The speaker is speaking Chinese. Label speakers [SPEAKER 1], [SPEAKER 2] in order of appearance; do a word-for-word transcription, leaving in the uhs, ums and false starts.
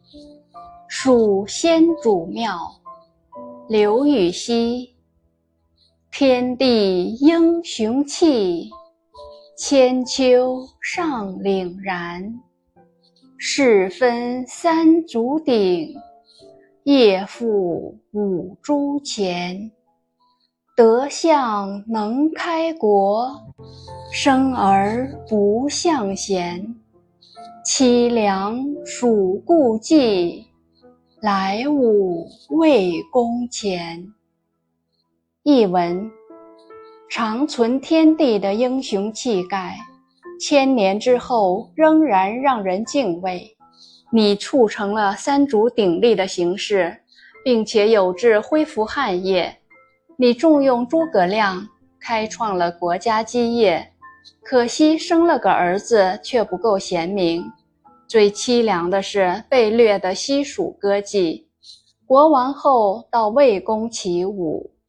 [SPEAKER 1] 蜀先主庙，刘禹锡。天地英雄气，千秋尚凛然。世分三足鼎，业复五铢钱。德相能开国，生而不向贤。凄凉属故迹，来吾魏公前。译文：长存天地的英雄气概，千年之后仍然让人敬畏。你促成了三足鼎立的形式，并且有志恢复汉业。你重用诸葛亮，开创了国家基业，可惜生了个儿子却不够贤明。最凄凉的是被掠的西蜀歌妓，国亡后到魏宫起舞。